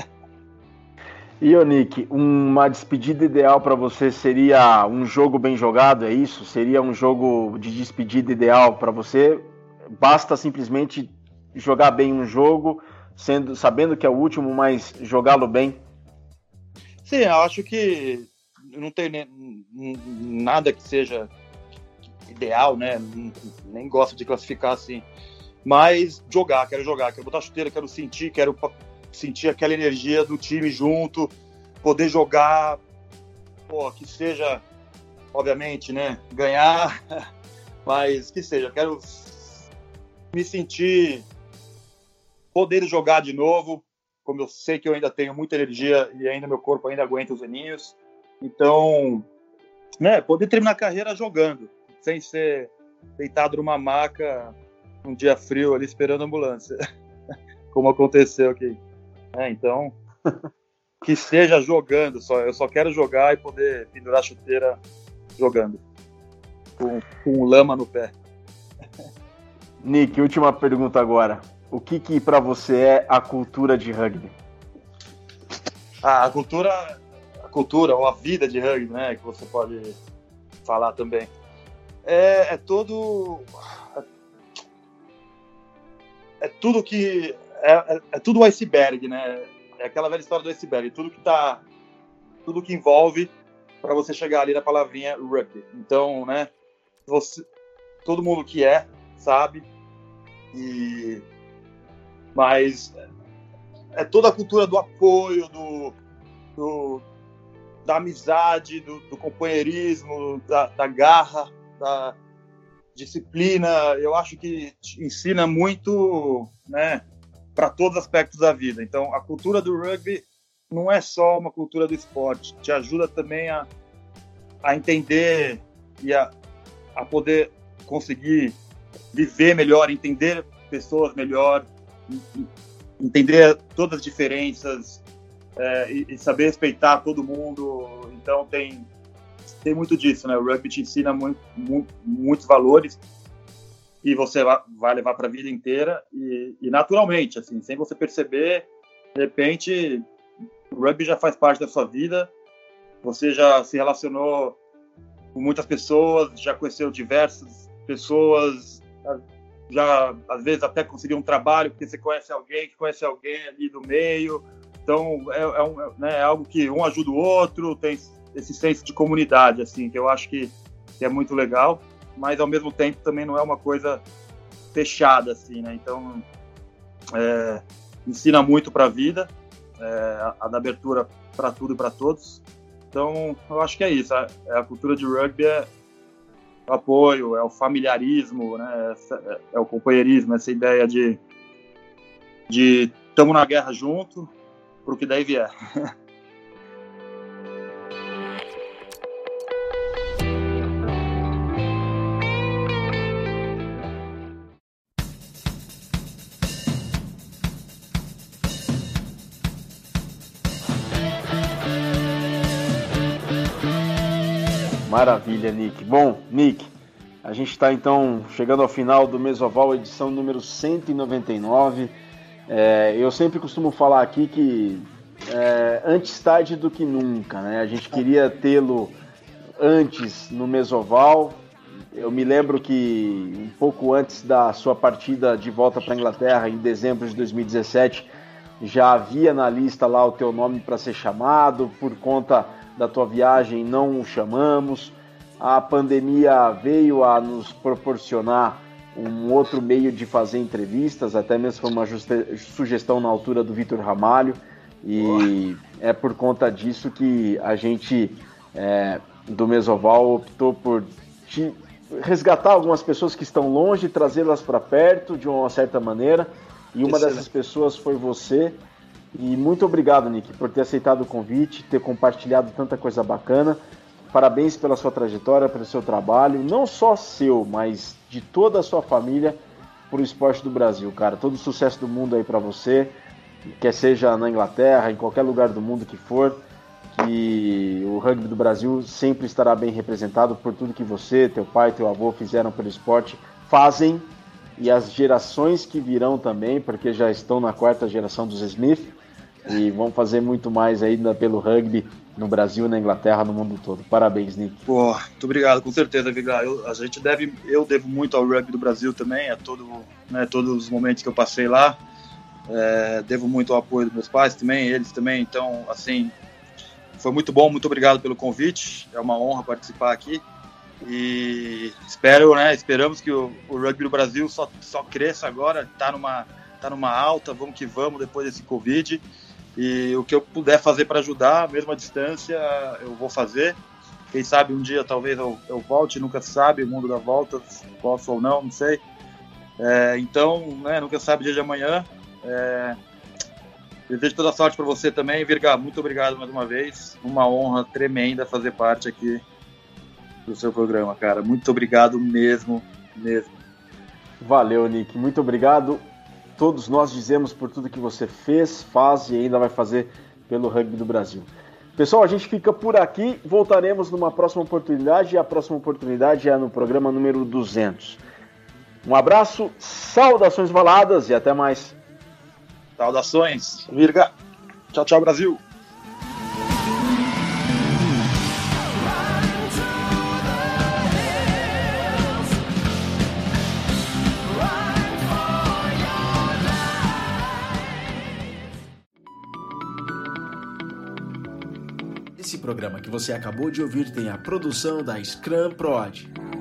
E, ô Nick, uma despedida ideal para você seria um jogo bem jogado, é isso? Seria um jogo de despedida ideal para você? Basta simplesmente jogar bem um jogo, sendo, sabendo que é o último, mas jogá-lo bem? Sim, eu acho que não tem nem, nada que seja ideal, né? Nem gosto de classificar assim. Mas jogar, quero jogar, quero botar chuteira, quero sentir, quero sentir aquela energia do time junto, poder jogar, pô, que seja, obviamente, né, ganhar, mas que seja, quero me sentir, poder jogar de novo, como eu sei que eu ainda tenho muita energia e ainda meu corpo ainda aguenta os aninhos, então, né, poder terminar a carreira jogando, sem ser deitado numa maca, um dia frio ali esperando a ambulância, como aconteceu aqui. É, então, que seja jogando, só, eu só quero jogar e poder pendurar a chuteira jogando, com, com lama no pé. Nick, última pergunta agora. O que que para você é a cultura de rugby? Ah, a cultura, a cultura ou a vida de rugby, né, que você pode falar também. É, é todo... É, é tudo que... É, é, é tudo o iceberg, né? É aquela velha história do iceberg. Tudo que tá, tudo que envolve para você chegar ali na palavrinha rugby. Então, né? Você, todo mundo que é sabe. E mas é toda a cultura do apoio, do, do da amizade, do, do companheirismo, da, da garra, da disciplina. Eu acho que ensina muito, né? Para todos os aspectos da vida. Então, a cultura do rugby não é só uma cultura do esporte, te ajuda também a, a entender e a, a poder conseguir viver melhor, entender pessoas melhor, entender todas as diferenças é, e, e saber respeitar todo mundo. Então, tem, tem muito disso, né? O rugby te ensina muito, muito, muitos valores e você vai levar para a vida inteira e, e naturalmente, assim, sem você perceber, de repente, o rugby já faz parte da sua vida, você já se relacionou com muitas pessoas, já conheceu diversas pessoas, já, às vezes, até conseguiu um trabalho, porque você conhece alguém que conhece alguém ali do meio, então, é, é, um, é, né, é algo que um ajuda o outro, tem esse senso de comunidade, assim, que eu acho que, que é muito legal, mas ao mesmo tempo também não é uma coisa fechada, assim, né? Então, é, ensina muito para a vida, é, a, a da abertura para tudo e para todos. Então, eu acho que é isso. A, a cultura de rugby é o apoio, é o familiarismo, né? É, é o companheirismo, essa ideia de de estamos na guerra junto, pro que daí vier. Maravilha, Nick. Bom, Nick, a gente está então chegando ao final do Mesoval, edição número cento e noventa e nove. É, eu sempre costumo falar aqui que é, antes tarde do que nunca, né? A gente queria tê-lo antes no Mesoval. Eu me lembro que um pouco antes da sua partida de volta para a Inglaterra, em dezembro de dois mil e dezessete, já havia na lista lá o teu nome para ser chamado. Por conta da tua viagem não o chamamos. A pandemia veio a nos proporcionar um outro meio de fazer entrevistas, até mesmo foi uma juste- sugestão na altura do Vitor Ramalho, e é por conta disso que a gente é, do Mesoval optou por te resgatar algumas pessoas que estão longe, trazê-las para perto de uma certa maneira. E uma Excelente. dessas pessoas foi você. E muito obrigado, Nick, por ter aceitado o convite, ter compartilhado tanta coisa bacana. Parabéns pela sua trajetória, pelo seu trabalho, não só seu, mas de toda a sua família, para o esporte do Brasil, cara. Todo o sucesso do mundo aí para você, quer seja na Inglaterra, em qualquer lugar do mundo que for, que o rugby do Brasil sempre estará bem representado por tudo que você, teu pai, teu avô fizeram pelo esporte, fazem, e as gerações que virão também, porque já estão na quarta geração dos Smith, e vão fazer muito mais ainda pelo rugby no Brasil, na Inglaterra, no mundo todo. Parabéns, Nick. Pô, muito obrigado, com certeza, Vigar. Eu, a gente deve, eu devo muito ao rugby do Brasil também, a todo, né, todos os momentos que eu passei lá. É, devo muito ao apoio dos meus pais também, eles também. Então, assim, foi muito bom, muito obrigado pelo convite. É uma honra participar aqui. E espero, né, esperamos que o, o rugby do Brasil só, só cresça agora, tá numa, tá numa alta, vamos que vamos depois desse Covid. E o que eu puder fazer para ajudar, mesmo à distância, eu vou fazer. Quem sabe um dia talvez eu, eu volte, nunca se sabe, o mundo dá voltas, posso ou não, não sei. É, então, né, nunca sabe o dia de amanhã. É, desejo toda a sorte para você também, Virga. Muito obrigado mais uma vez. Uma honra tremenda fazer parte aqui do seu programa, cara. Muito obrigado mesmo, mesmo. Valeu, Nick. Muito obrigado. Todos nós dizemos por tudo que você fez, faz e ainda vai fazer pelo rugby do Brasil. Pessoal, a gente fica por aqui. Voltaremos numa próxima oportunidade. E a próxima oportunidade é no programa número duzentos. Um abraço, saudações valadas e até mais. Saudações, Virga. Tchau, tchau, Brasil. Esse programa que você acabou de ouvir tem a produção da Scrum Prod.